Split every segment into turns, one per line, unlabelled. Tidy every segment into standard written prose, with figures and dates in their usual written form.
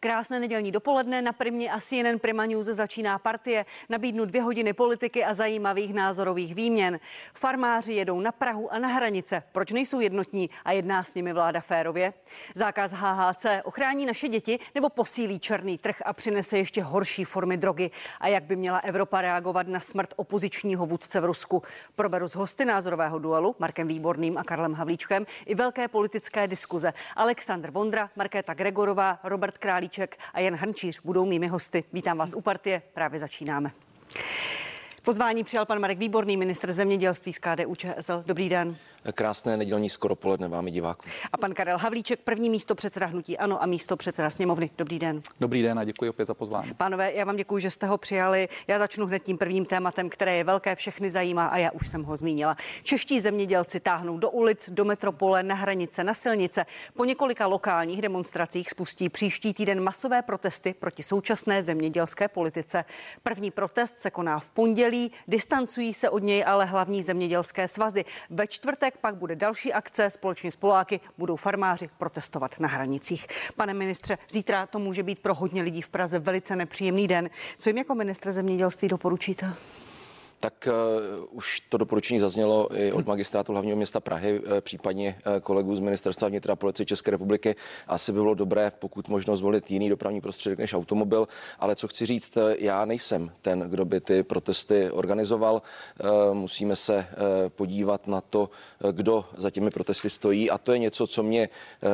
Krásné nedělní dopoledne, na Primě a CNN Prima News začíná Partie. Nabídnu 2 hodiny politiky a zajímavých názorových výměn. Farmáři jedou na Prahu a na hranice. Proč nejsou jednotní a jedná s nimi vláda férově? Zákaz HHC ochrání naše děti nebo posílí černý trh a přinese ještě horší formy drogy? A jak by měla Evropa reagovat na smrt opozičního vůdce v Rusku? Proberu s hosty názorového duelu Markem Výborným a Karlem Havlíčkem i velké politické diskuze. Alexandr Vondra, Markéta Gregorová, Robert Králíček a Jan Hrnčíř budou mými hosty. Vítám vás u Partie, právě začínáme. Pozvání přijal pan Marek Výborný, ministr zemědělství z KDU-ČSL. Dobrý den.
Krásné nedělní skoro poledne vám i divákům.
A pan Karel Havlíček, první místopředseda hnutí ANO a místopředseda sněmovny. Dobrý den.
Dobrý den a děkuji opět za pozvání.
Pánové, já vám děkuji, že jste ho přijali. Já začnu hned tím prvním tématem, které je velké, všechny zajímá a já už jsem ho zmínila. Čeští zemědělci táhnou do ulic, do metropole, na hranice, na silnice. Po několika lokálních demonstracích spustí příští týden masové protesty proti současné zemědělské politice. První protest se koná v pondělí, distancují se od něj ale hlavní zemědělské svazy. Ve čtvrtek pak bude další akce, společně s Poláky budou farmáři protestovat na hranicích. Pane ministře, zítra to může být pro hodně lidí v Praze velice nepříjemný den. Co jim jako ministr zemědělství doporučíte?
Tak už to doporučení zaznělo i od magistrátu hlavního města Prahy, případně kolegů z Ministerstva vnitra a Policie České republiky. Asi by bylo dobré, pokud možno, zvolit jiný dopravní prostředek než automobil, ale co chci říct, já nejsem ten, kdo by ty protesty organizoval. Musíme se podívat na to, kdo za těmi protesty stojí, a to je něco, co mě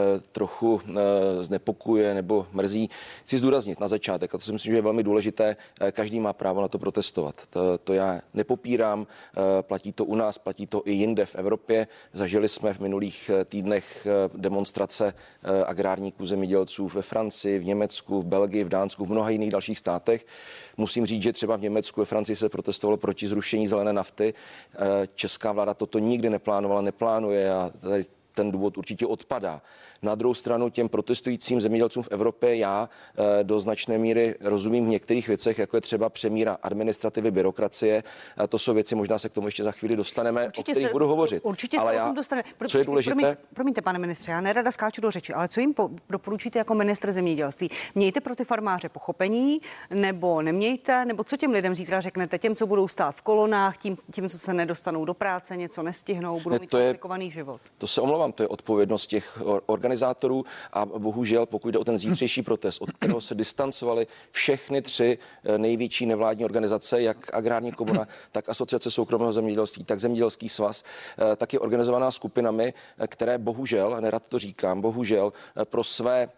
trochu znepokuje nebo mrzí. Chci zdůraznit na začátek, a to si myslím, že je velmi důležité, každý má právo na to protestovat. To já nepopírám, platí to u nás, platí to i jinde v Evropě. Zažili jsme v minulých týdnech demonstrace agrárníků, zemědělců ve Francii, v Německu, v Belgii, v Dánsku, v mnoha jiných dalších státech. Musím říct, že třeba v Německu, ve Francii se protestovalo proti zrušení zelené nafty. Česká vláda toto nikdy neplánovala, neplánuje a tady ten důvod určitě odpadá. Na druhou stranu těm protestujícím zemědělcům v Evropě já do značné míry rozumím v některých věcech, jako je třeba přemíra administrativy, byrokracie. A to jsou věci, možná se k tomu ještě za chvíli dostaneme, určitě o kterých budu hovořit.
Určitě ale se o tom dostaneme.
Co je důležité?
Promiňte, pane ministře, já nerada skáču do řeči, ale co jim doporučíte jako ministr zemědělství? Mějte pro ty farmáře pochopení, nebo nemějte, nebo co těm lidem zítra řeknete, těm, co budou stát v kolonách, tím, co se nedostanou do práce, něco nestihnou, budou mít komplikovaný život? To se
omlouvám, to je odpovědnost těch organizátorů a bohužel, pokud jde o ten zítřejší protest, od kterého se distancovali všechny 3 největší nevládní organizace, jak Agrární komora, tak Asociace soukromého zemědělství, tak Zemědělský svaz, tak je organizovaná skupinami, které bohužel, nerad to říkám, bohužel pro své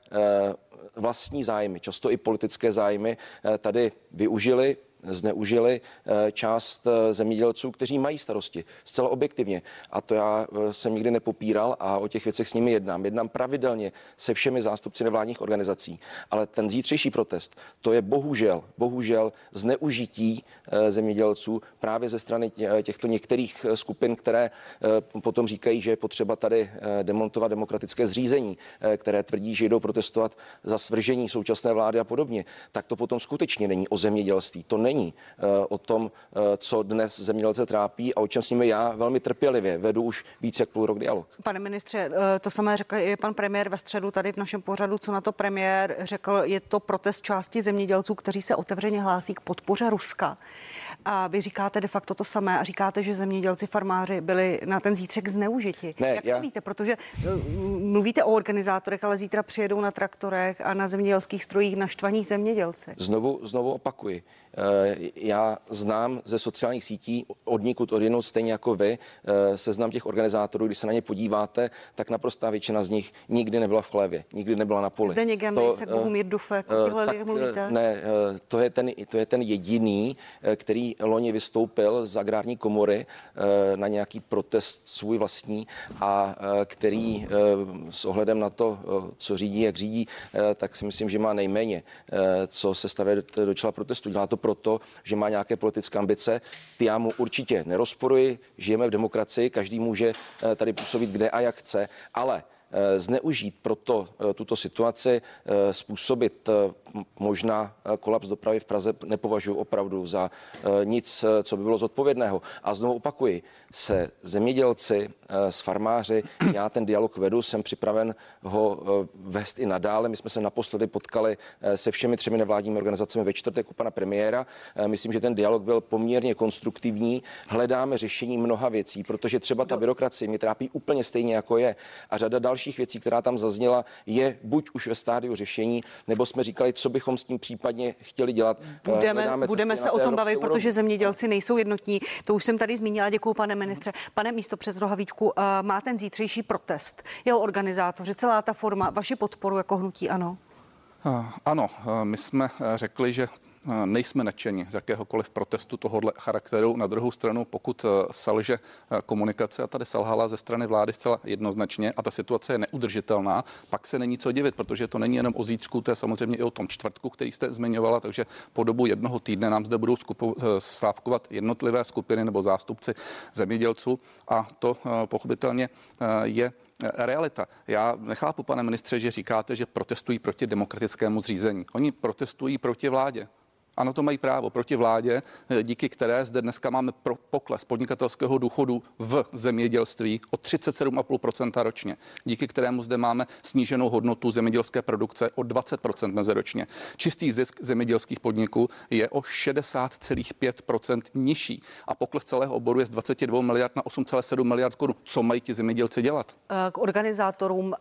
vlastní zájmy, často i politické zájmy, tady zneužili část zemědělců, kteří mají starosti. Zcela objektivně. A to já jsem nikdy nepopíral a o těch věcech s nimi jednám. Jednám pravidelně se všemi zástupci nevládních organizací. Ale ten zítřejší protest, to je bohužel zneužití zemědělců právě ze strany těchto některých skupin, které potom říkají, že je potřeba tady demontovat demokratické zřízení, které tvrdí, že jdou protestovat za svržení současné vlády a podobně. Tak to potom skutečně není o zemědělství. To není o tom, co dnes zemědělce trápí a o čem s nimi já velmi trpělivě vedu už víc jak půl rok dialog.
Pane ministře, to samé řekl i pan premiér ve středu tady v našem pořadu. Co na to premiér řekl? Je to protest části zemědělců, kteří se otevřeně hlásí k podpoře Ruska. A vy říkáte de facto to samé a říkáte, že zemědělci, farmáři byli na ten zítřek zneužiti. Jak to víte? Protože mluvíte o organizátorech, ale zítra přijedou na traktorech a na zemědělských strojích naštvaní zemědělci.
Znovu opakuji. Já znám ze sociálních sítí odjinud stejně jako vy seznam těch organizátorů. Když se na ně podíváte, tak naprostá většina z nich nikdy nebyla v chlévě, nikdy nebyla na poli.
Zdeněk Jandejsek, Bohumír Dufek, o těchto lidech mluvíte?
Ne, to je ten jediný, který loni vystoupil z Agrární komory na nějaký protest svůj vlastní a který s ohledem na to, co řídí, jak řídí, tak si myslím, že má nejméně, co se stavuje do čela protestu. Dělá to proto, že má nějaké politické ambice. Ty já mu určitě nerozporuji, žijeme v demokracii, každý může tady působit kde a jak chce, ale zneužít proto tuto situaci, způsobit možná kolaps dopravy v Praze nepovažuji opravdu za nic, co by bylo zodpovědného. A znovu opakuji, se zemědělci, s farmáři, já ten dialog vedu, jsem připraven ho vést i nadále. My jsme se naposledy potkali se všemi 3 nevládními organizacemi ve čtvrtek u pana premiéra. Myslím, že ten dialog byl poměrně konstruktivní. Hledáme řešení mnoha věcí, protože třeba ta byrokracie mě trápí úplně stejně, jako je. A řada dalších věcí, která tam zazněla, je buď už ve stádiu řešení, nebo jsme říkali, co bychom s tím případně chtěli dělat.
Budeme se o tom bavit, protože zemědělci nejsou jednotní. To už jsem tady zmínila. Děkuji, pane ministře. Pane místopředsedo Havlíčku, má ten zítřejší protest, jeho organizátoři, celá ta forma, vaši podporu jako hnutí ANO?
Ano, my jsme řekli, že nejsme nadšeni z jakéhokoliv protestu tohohle charakteru. Na druhou stranu, pokud selže komunikace, a tady selhala ze strany vlády zcela jednoznačně a ta situace je neudržitelná, pak se není co divit, protože to není jenom o zítřku, to je samozřejmě i o tom čtvrtku, který jste zmiňovala, takže po dobu 1 týdne nám zde budou stávkovat jednotlivé skupiny nebo zástupci zemědělců a to pochopitelně je realita. Já nechápu, pane ministře, že říkáte, že protestují proti demokratickému zřízení. Oni protestují proti vládě. Ano, to mají právo proti vládě, díky které zde dneska máme pokles podnikatelského důchodu v zemědělství o 37,5% ročně, díky kterému zde máme sníženou hodnotu zemědělské produkce o 20% meziročně. Čistý zisk zemědělských podniků je o 60,5% nižší a pokles celého oboru je z 22 miliard na 8,7 miliard korun. Co mají ti zemědělci dělat?
K organizátorům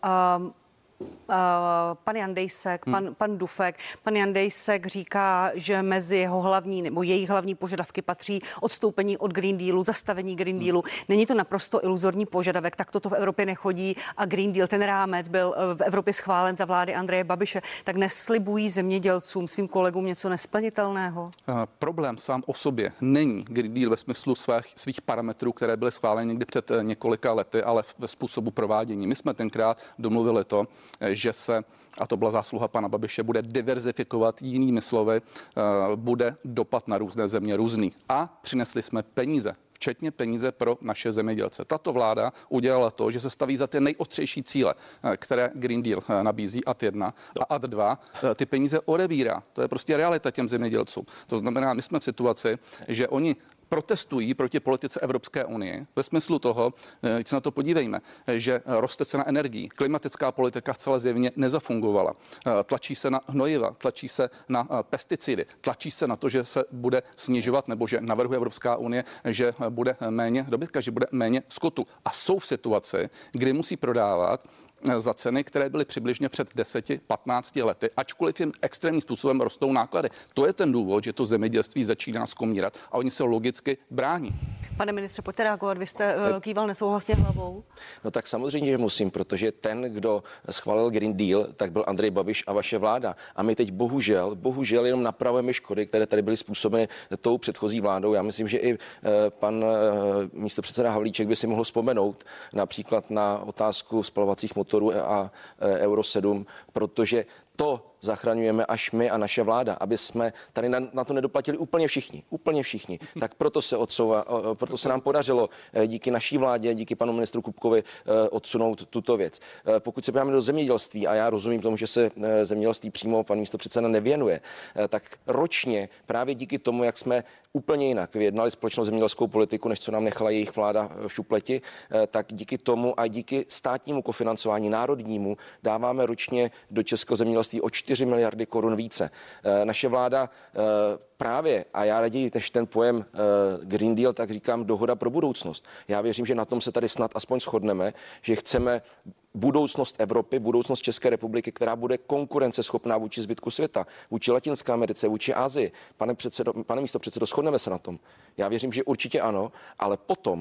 pan Jandejsek, pan Dufek. Pan Jandejsek říká, že mezi jeho hlavní nebo jejich hlavní požadavky patří odstoupení od Green Dealu, zastavení Green Dealu. Není to naprosto iluzorní požadavek, tak toto v Evropě nechodí a Green Deal, ten rámec byl v Evropě schválen za vlády Andreje Babiše. Tak neslibují zemědělcům, svým kolegům něco nesplnitelného?
Problém sám o sobě není Green Deal ve smyslu svých parametrů, které byly schváleny někdy před několika lety, ale ve způsobu provádění. My jsme tenkrát domluvili to, že se, a to byla zásluha pana Babiše, bude diverzifikovat, jinými slovy, bude dopad na různé země různý. A přinesli jsme peníze, včetně peníze pro naše zemědělce. Tato vláda udělala to, že se staví za ty nejostřejší cíle, které Green Deal nabízí, ad 1 a ad 2, ty peníze odebírá. To je prostě realita těm zemědělcům. To znamená, my jsme v situaci, že oni protestují proti politice Evropské unie ve smyslu toho, když se na to podívejme, že roste cena energií, klimatická politika zcela zjevně nezafungovala, tlačí se na hnojiva, tlačí se na pesticidy, tlačí se na to, že se bude snižovat nebo že navrhuje Evropská unie, že bude méně dobytka, že bude méně skotu. A jsou v situaci, kdy musí prodávat za ceny, které byly přibližně před 10-15 lety, ačkoliv jim extrémním způsobem rostou náklady. To je ten důvod, že to zemědělství začíná skomírat a oni se logicky brání.
Pane ministře, pojďte reagovat, vy jste kýval nesouhlasně hlavou.
No tak samozřejmě, že musím, protože ten, kdo schválil Green Deal, tak byl Andrej Babiš a vaše vláda. A my teď bohužel jenom napravujeme škody, které tady byly způsobeny tou předchozí vládou. Já myslím, že i pan místopředseda Havlíček by si mohl vzpomenout například na otázku spalovacích motorů a Euro 7, protože to zachraňujeme až my a naše vláda, aby jsme tady na to nedoplatili úplně všichni. Tak proto se nám podařilo díky naší vládě, díky panu ministru Kupkovi odsunout tuto věc. Pokud se podíváme do zemědělství, a já rozumím tomu, že se zemědělství přímo pan místopředseda nevěnuje, tak ročně právě díky tomu, jak jsme úplně jinak vyjednali společnou zemědělskou politiku, než co nám nechala jejich vláda v šupleti, tak díky tomu a díky státnímu kofinancování národnímu dáváme ročně do českého zemědělství o 4 miliardy korun více. Naše vláda právě, a já raději než ten pojem Green Deal, tak říkám dohoda pro budoucnost. Já věřím, že na tom se tady snad aspoň shodneme, že chceme budoucnost Evropy, budoucnost České republiky, která bude konkurenceschopná vůči zbytku světa, vůči Latinské Americe, vůči Asii. Pane místopředsedo, shodneme se na tom. Já věřím, že určitě ano, ale potom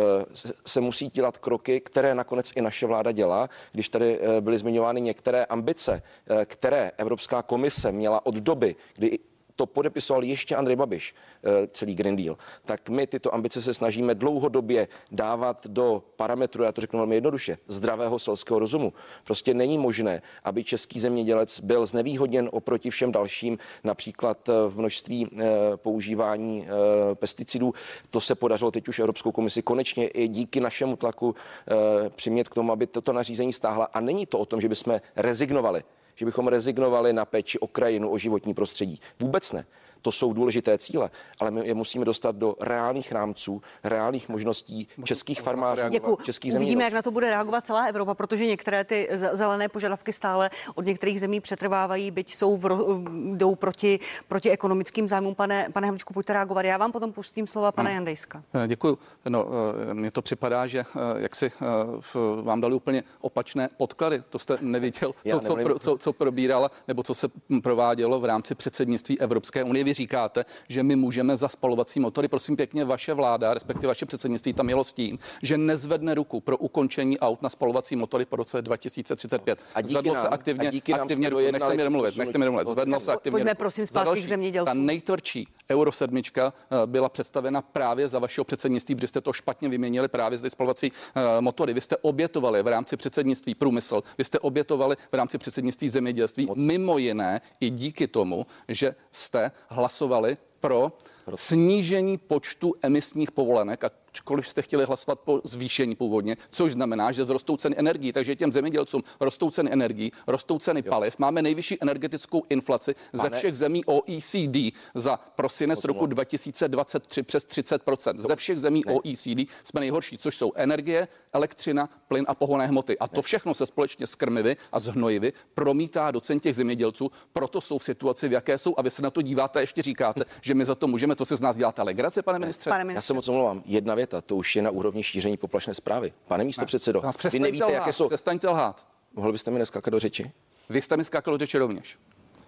se musí dělat kroky, které nakonec i naše vláda dělá. Když tady byly zmiňovány některé ambice, které Evropská komise měla od doby, kdy to podepisoval ještě Andrej Babiš, celý Green Deal, tak my tyto ambice se snažíme dlouhodobě dávat do parametru, já to řeknu velmi jednoduše, zdravého selského rozumu. Prostě není možné, aby český zemědělec byl znevýhodněn oproti všem dalším, například v množství používání pesticidů. To se podařilo teď už Evropskou komisi konečně i díky našemu tlaku přimět k tomu, aby toto nařízení stáhla. A není to o tom, že bychom rezignovali na péči o krajinu, o životní prostředí. Vůbec ne. To jsou důležité cíle, ale my je musíme dostat do reálných rámců, reálných možností českých farmářů, českých zemědělců.
Uvidíme, jak na to bude reagovat celá Evropa, protože některé ty zelené požadavky stále od některých zemí přetrvávají, byť jdou proti ekonomickým zájmům. Pane Havlíčku, pojďte reagovat. Já vám potom pustím slova pana Jandejska.
Děkuju. No, mně to připadá, že jak si vám dali úplně opačné podklady. To jste neviděl, co probírala, nebo co se provádělo v rámci předsednictví Evropské unie. Vy říkáte, že my můžeme za spalovací motory. Prosím pěkně, vaše vláda, respektive vaše předsednictví tam jelo s tím, že nezvedne ruku pro ukončení aut na spalovací motory po roce 2035.
A díky nám,
aktivně ruku. Nechte mi domluvit. Zvedlo se aktivně.
Pojďme prosím zpátky k zemědělcům.
Ta nejtvrdší Euro 7 byla představena právě za vašeho předsednictví, protože jste to špatně vyměnili právě zde spalovací motory. Vy jste obětovali v rámci předsednictví průmysl, vy jste obětovali v rámci předsednictví zemědělství, mimo jiné i díky tomu, že jste hlasovali pro snížení počtu emisních povolenek, ačkoliv jste chtěli hlasovat po zvýšení původně, což znamená, že vzrostou ceny energií. Takže těm zemědělcům rostou ceny energií, rostou ceny paliv. Máme nejvyšší energetickou inflaci ze všech zemí OECD za prosinec roku 2023 přes 30%. Ze všech zemí OECD jsme nejhorší, což jsou energie, elektřina, plyn a pohonné hmoty. A to všechno se společně s krmivy a s hnojivy promítá do cen těch zemědělců. Proto jsou v situaci, v jaké jsou. A vy se na to díváte a ještě říkáte, že my za to můžeme. To si z nás děláte legraci, pane ministře?
Já se moc omlouvám. Jedna věta, to už je na úrovni šíření poplašné zprávy. Pane místopředsedo, vy nevíte, jaké jsou.
Přestaňte lhát.
Mohl byste mi neskákat do řeči?
Vy jste mi skákal do řeči rovněž.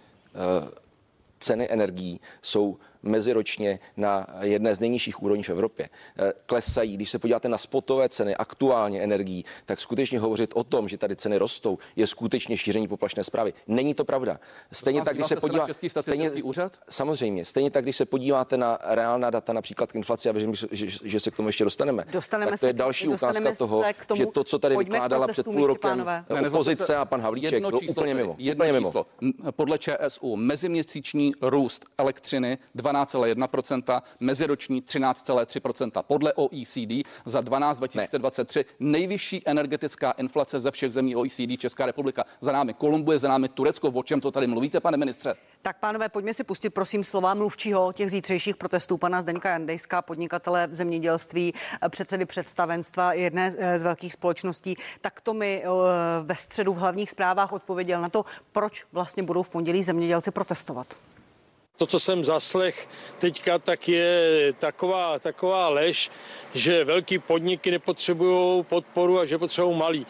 Ceny energií jsou meziročně na jedné z nejnižších úrovní v Evropě. Klesají. Když se podíváte na spotové ceny aktuálně energií, tak skutečně hovořit o tom, že tady ceny rostou, je skutečně šíření poplašné zprávy. Není to pravda. Stejně tak, když se podíváte samozřejmě, stejně tak, když se podíváte na reálná data, například k inflaci, a věřím, že se k tomu ještě dostaneme. Tak to je další ukázka toho, že to, co tady vykládala před půl rokem opozice a pan Havlíček, bylo úplně mimo.
Číslo. Podle ČSU meziměsíční růst elektřiny 12,1%, meziroční 13,3%. Podle OECD za 2023 nejvyšší energetická inflace ze všech zemí OECD Česká republika. Za námi Kolumbuje, za námi Turecko. O čem to tady mluvíte, pane ministře?
Tak pánové, pojďme si pustit prosím slova mluvčího těch zítřejších protestů pana Zdeňka Jandejska, podnikatele v zemědělství, předsedy představenstva jedné z velkých společností. Tak to mi ve středu v hlavních zprávách odpověděl na to, proč vlastně budou v pondělí zemědělci protestovat.
To, co jsem zaslech teďka, tak je taková lež, že velký podniky nepotřebují podporu a že potřebují malý.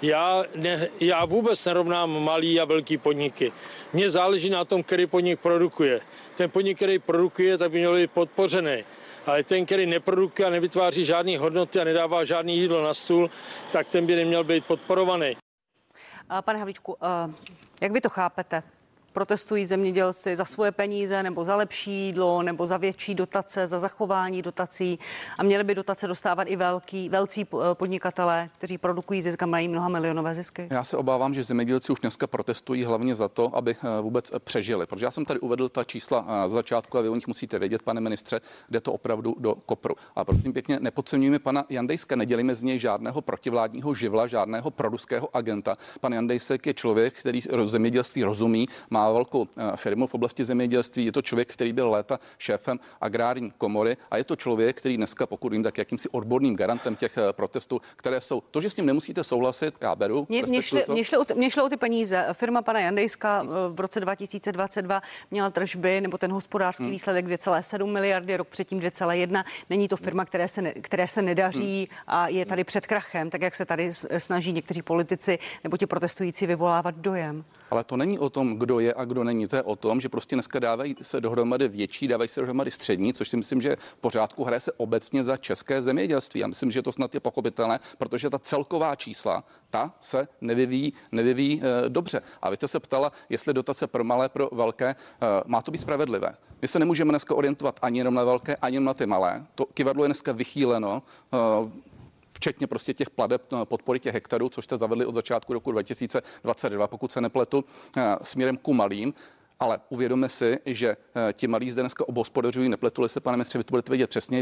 Já vůbec nerovnám malý a velký podniky. Mně záleží na tom, který podnik produkuje. Ten podnik, který produkuje, tak by měl být podpořený. Ale ten, který neprodukuje a nevytváří žádné hodnoty a nedává žádné jídlo na stůl, tak ten by neměl být podporovaný.
Pane Havlíčku, jak vy to chápete? Protestují zemědělci za svoje peníze nebo za lepší jídlo nebo za větší dotace, za zachování dotací a měli by dotace dostávat i velcí podnikatelé, kteří produkují zisk a mají mnoha milionové zisky?
Já se obávám, že zemědělci už dneska protestují hlavně za to, aby vůbec přežili. Protože já jsem tady uvedl ta čísla z začátku a vy o nich musíte vědět, pane ministře, jde to opravdu do kopru. A prosím pěkně, nepodceňujeme pana Jandejska, nedělíme z něj žádného protivládního živla, žádného proruského agenta. Pan Jandejsek je člověk, který zemědělství rozumí, má velkou firmu v oblasti zemědělství. Je to člověk, který byl léta šéfem agrární komory a je to člověk, který dneska, pokud vím, tak jakýmsi odborným garantem těch protestů, které jsou. To, že s ním nemusíte souhlasit, já beru.
Mně šlo o ty peníze. Firma pana Jandejska v roce 2022 měla tržby nebo ten hospodářský výsledek 2,7 miliardy, rok předtím 2,1. Není to firma, které se nedaří a je tady před krachem, tak jak se tady snaží někteří politici nebo ti protestující vyvolávat dojem.
Ale to není o tom, kdo je a kdo není. To je o tom, že prostě dneska dávají se dohromady větší, dávají se dohromady střední, což si myslím, že je v pořádku. Hraje se obecně za české zemědělství. Já myslím, že to snad je pochopitelné, protože ta celková čísla, ta se nevyvíjí dobře. A vy jste se ptala, jestli dotace pro malé, pro velké, má to být spravedlivé. My se nemůžeme dneska orientovat ani jenom na velké, ani jenom na ty malé. To kyvadlo je dneska vychýleno, včetně prostě těch plateb podpory těch hektarů, což jste zavedli od začátku roku 2022, pokud se nepletu, směrem ku malým. Ale uvědomme si, že ti malí zde dneska obhospodařují, nepletuli se, pane ministře, vy to budete vědět přesně,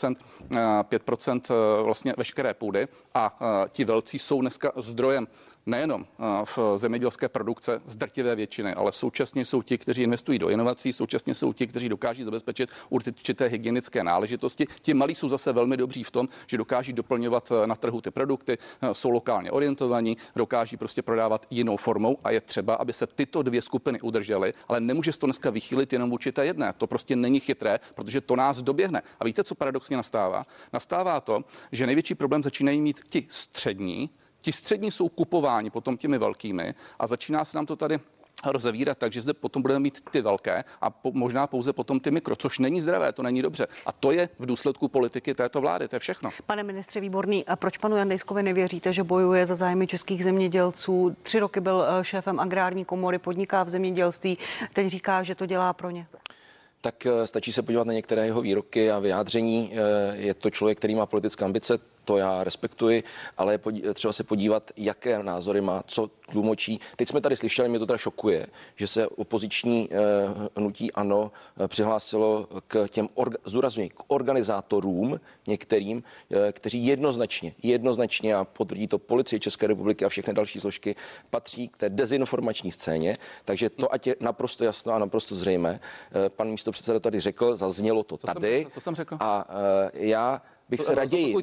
5% vlastně veškeré půdy a ti velcí jsou dneska zdrojem nejenom v zemědělské produkce z drtivé většiny, ale současně jsou ti, kteří investují do inovací, současně jsou ti, kteří dokáží zabezpečit určité hygienické náležitosti. Ti malí jsou zase velmi dobří v tom, že dokáží doplňovat na trhu ty produkty, jsou lokálně orientovaní, dokáží prostě prodávat jinou formou a je třeba, aby se tyto dvě skupiny udržely, ale nemůže se to dneska vychýlit jenom vůči té jedné. To prostě není chytré, protože to nás doběhne. A víte, co paradoxně nastává? Nastává to, že největší problém začínají mít ti střední. Ti střední jsou kupováni potom těmi velkými a začíná se nám to tady rozevírat, takže zde potom budeme mít ty velké a možná pouze potom ty mikro, což není zdravé, to není dobře. A to je v důsledku politiky této vlády, to je všechno.
Pane ministře Výborný, a proč panu Jandejskovi nevěříte, že bojuje za zájmy českých zemědělců? 3 roky byl šéfem agrární komory, podniká v zemědělství, teď říká, že to dělá pro ně.
Tak stačí se podívat na některé jeho výroky a vyjádření. Je to člověk, který má politické ambice, to já respektuji, ale je třeba se podívat, jaké názory má, co tlumočí. Teď jsme tady slyšeli, mě to teda šokuje, že se opoziční hnutí ANO přihlásilo k těm, zdůrazňuji, k organizátorům některým, kteří jednoznačně a potvrdí to Policie České republiky a všechny další složky, patří k té dezinformační scéně, takže to ať je naprosto jasno a naprosto zřejmé. Pan místopředseda tady řekl, zaznělo to tady.
Co jsem řekl?
A já bych se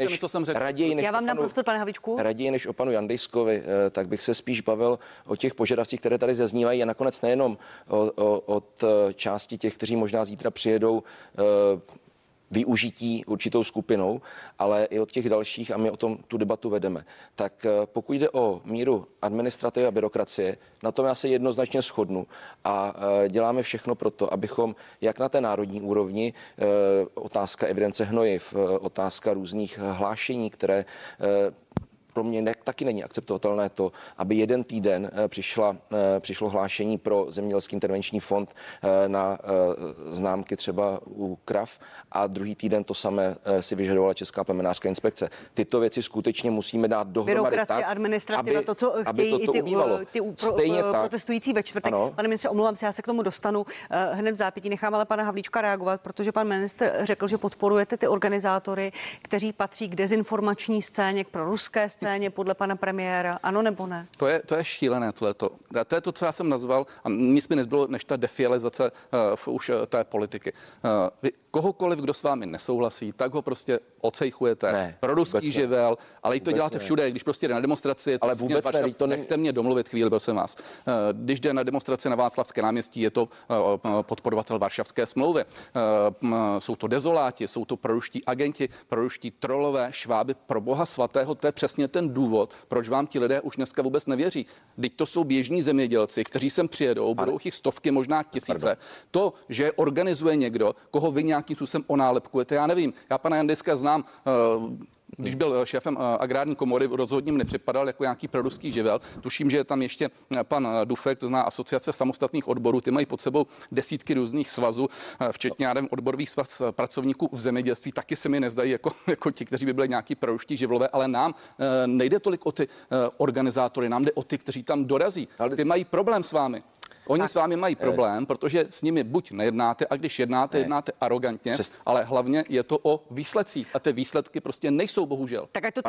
raději než o panu Jandejskovi, tak bych se spíš bavil o těch požadavcích, které tady zaznívají a nakonec nejenom od části těch, kteří možná zítra přijedou využití určitou skupinou, ale i od těch dalších a my o tom tu debatu vedeme. Tak pokud jde o míru administrativy a byrokracie, na tom já se jednoznačně shodnu a děláme všechno pro to, abychom jak na té národní úrovni, otázka evidence hnojiv, otázka různých hlášení, které pro mě taky není akceptovatelné to, aby jeden týden přišlo hlášení pro Zemědělský intervenční fond na známky třeba u krav a druhý týden to samé si vyžadovala Česká plemenářská inspekce. Tyto věci skutečně musíme dát dohromady
byrokracie,
tak,
administrativa, to, co chtějí i ty protestující ve čtvrtek.
Ano.
Pane ministře, omlouvám se, já se k tomu dostanu hned v zápětí. Nechám ale pana Havlíčka reagovat, protože pan ministr řekl, že podporujete ty organizátory, kteří patří k dezinformační scéně, k proruské scéně, podle pana premiéra. Ano nebo ne?
To je šílené tohleto. To je to, co já jsem nazval a nic mi nezbylo, než ta defializace už té politiky. Vy kohokoliv, kdo s vámi nesouhlasí, tak ho prostě ocejchujete. Proruský živel, ale i to děláte všude, když prostě jde na demonstraci.
Ale vůbec ne, to
nechte mě domluvit chvíli, byl jsem vás. Když jde na demonstraci na Václavské náměstí, je to podporovatel Varšavské smlouvy. Jsou to dezoláti, jsou to proruští agenti, proruští trolové, šváby, pro Boha svatého, to je přesně ten důvod, proč vám ti lidé už dneska vůbec nevěří. Vždyť to jsou běžní zemědělci, kteří sem přijedou, budou jich stovky, možná tisíce. To, že organizuje někdo, koho vy nějakým způsobem onálepkujete, já nevím. Já pana Jandejska znám, když byl šéfem agrární komory, rozhodně mi nepřipadal jako nějaký proruský živel. Tuším, že je tam ještě pan Dufek, to zná Asociace samostatných odborů, ty mají pod sebou desítky různých svazů, včetně odborových svaz pracovníků v zemědělství, taky se mi nezdají jako ti, kteří by byli nějaký proruští živlové, ale nám nejde tolik o ty organizátory, nám jde o ty, kteří tam dorazí. Ale ty mají problém s vámi. Oni s vámi mají problém, protože s nimi buď nejednáte, a když jednáte arrogantně, ale hlavně je to o výsledcích. A ty výsledky prostě nejsou, bohužel.
Tak ať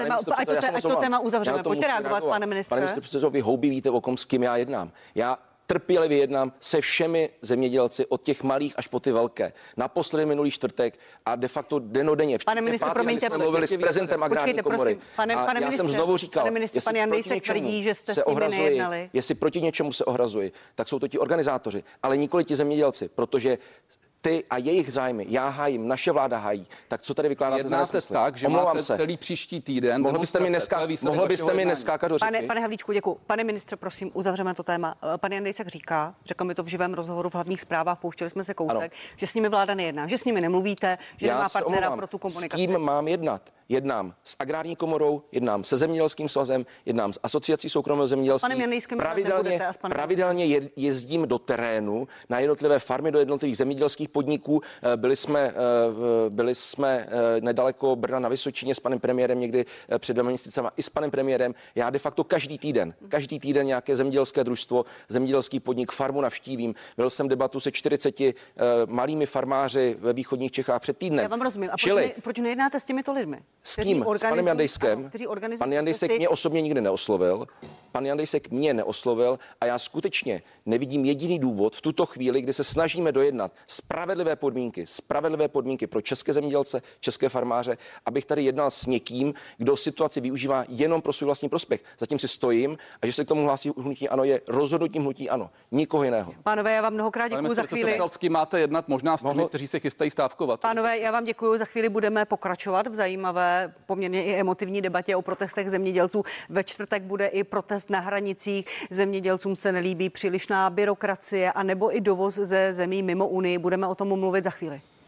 to téma uzavřeme. Pojďte reagovat, pane ministře.
Pane ministře, vy houby víte, o kom s kým já jednám. Já trpělivě jednám se všemi zemědělci, od těch malých až po ty velké. Naposledy minulý čtvrtek a de facto dennodenně.
Pane ministře, promiňte,
jsme mluvili s prezidentem agrární komory.
Pane
já
ministře,
jsem znovu říkal,
pan Jandejsek tvrdí, že jste s nimi nejednali.
Jestli proti něčemu se ohrazuji, tak jsou to ti organizátoři, ale nikoli ti zemědělci, protože ty a jejich zájmy já hájím, naše vláda hájí, tak co tady vykládáte za nesmysly?
Tak, že
Omlouvám
máte
se.
celý příští týden.
Mohl byste mi neskákat do řeči?
Pane Havlíčku, děkuji. Pane ministře, prosím, uzavřeme to téma. Pan Jandejsek říká, řekl mi to v živém rozhovoru v Hlavních zprávách, pouštěli jsme se kousek,
ano.
že s nimi vláda nejedná, že s nimi nemluvíte, že
Já
nemá
se
partnera
omlouvám.
pro tu komunikaci.
S kým mám jednat? Jednám s Agrární komorou, jednám se Zemědělským svazem, jednám s Asociací soukromého zemědělství.
Panem Jandejskem nebudete a s panem
Pravidelně jezdím do terénu na jednotlivé farmy, do jednotlivých zemědělských podniků. Byli jsme nedaleko Brna na Vysočině s panem premiérem někdy před 2 měsícema i s panem premiérem. Já de facto každý týden nějaké zemědělské družstvo, zemědělský podnik, farmu navštívím. Vedl jsem debatu se 40 malými farmáři ve východních Čechách před týdnem.
Já vám rozumím. A
Čili,
proč nejednáte s těmito lidmi?
s kým? S panem Jandejskem? Pan Jandejsek mě osobně nikdy neoslovil. Pan Jandejsek mě neoslovil a já skutečně nevidím jediný důvod v tuto chvíli, kdy se snažíme dojednat spravedlivé podmínky pro české zemědělce, české farmáře, abych tady jednal s někým, kdo situaci využívá jenom pro svůj vlastní prospěch. Zatím si stojím a že se k tomu hlásí hnutí ANO je rozhodnutím hnutí ANO, nikoho jiného.
Pánové, já vám mnohokrát děkuji za chvíli.
Máte jednat možná s těmi, kteří se chystají stávkovat.
Pánové, já vám děkuji. Za chvíli budeme pokračovat v zajímavé, poměrně i emotivní debatě o protestech zemědělců. Ve čtvrtek bude i protest na hranicích. Zemědělcům se nelíbí přílišná byrokracie a nebo i dovoz ze zemí mimo Unii. Budeme o tom mluvit za chvíli.